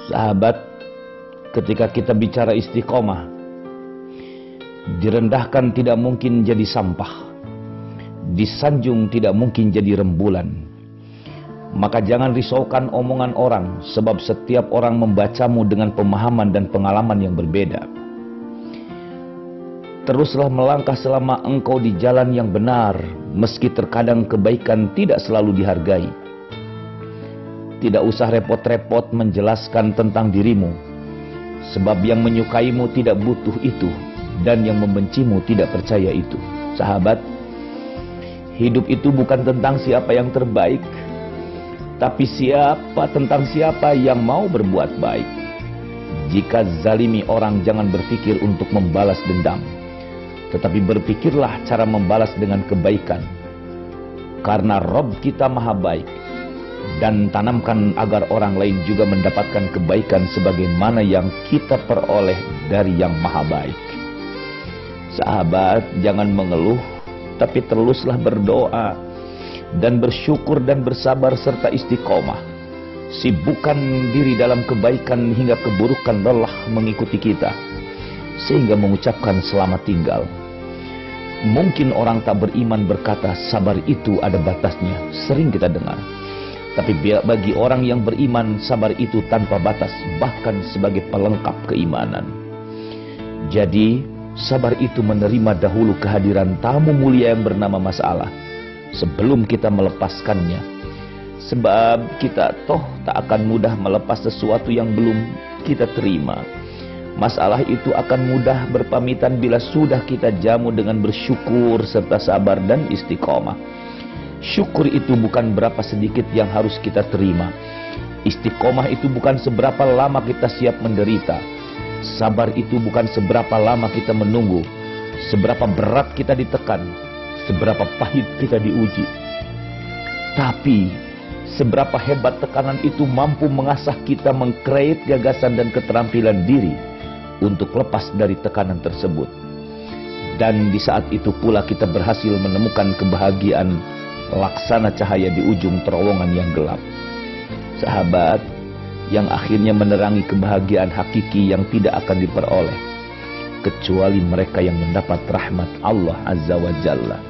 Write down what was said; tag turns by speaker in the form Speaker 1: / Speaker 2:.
Speaker 1: Sahabat, ketika kita bicara istiqomah, direndahkan tidak mungkin jadi sampah, disanjung tidak mungkin jadi rembulan. Maka jangan risaukan omongan orang, sebab setiap orang membacamu dengan pemahaman dan pengalaman yang berbeda. Teruslah melangkah selama engkau di jalan yang benar, meski terkadang kebaikan tidak selalu dihargai. Tidak usah repot-repot menjelaskan tentang dirimu, sebab yang menyukaimu tidak butuh itu, dan yang membencimu tidak percaya itu. Sahabat, hidup itu bukan tentang siapa yang terbaik, tapi tentang siapa yang mau berbuat baik. Jika zalimi orang, jangan berpikir untuk membalas dendam, tetapi berpikirlah cara membalas dengan kebaikan. Karena Rabb kita maha baik. Dan tanamkan agar orang lain juga mendapatkan kebaikan sebagaimana yang kita peroleh dari yang maha baik. Sahabat, jangan mengeluh, tapi teruslah berdoa dan bersyukur dan bersabar serta istiqomah. Sibukkan diri dalam kebaikan hingga keburukan lelah mengikuti kita, sehingga mengucapkan selamat tinggal. Mungkin orang tak beriman berkata sabar itu ada batasnya, sering kita dengar. Tapi bagi orang yang beriman, sabar itu tanpa batas, bahkan sebagai pelengkap keimanan. Jadi, sabar itu menerima dahulu kehadiran tamu mulia yang bernama masalah, sebelum kita melepaskannya. Sebab kita toh tak akan mudah melepas sesuatu yang belum kita terima. Masalah itu akan mudah berpamitan bila sudah kita jamu dengan bersyukur serta sabar dan istiqomah. Syukur itu bukan berapa sedikit yang harus kita terima. Istiqomah itu bukan seberapa lama kita siap menderita. Sabar itu bukan seberapa lama kita menunggu, seberapa berat kita ditekan, seberapa pahit kita diuji. Tapi seberapa hebat tekanan itu mampu mengasah kita mengkreat gagasan dan keterampilan diri untuk lepas dari tekanan tersebut. Dan di saat itu pula kita berhasil menemukan kebahagiaan laksana cahaya di ujung terowongan yang gelap. Sahabat, yang akhirnya menerangi kebahagiaan hakiki yang tidak akan diperoleh kecuali mereka yang mendapat rahmat Allah Azza wa Jalla.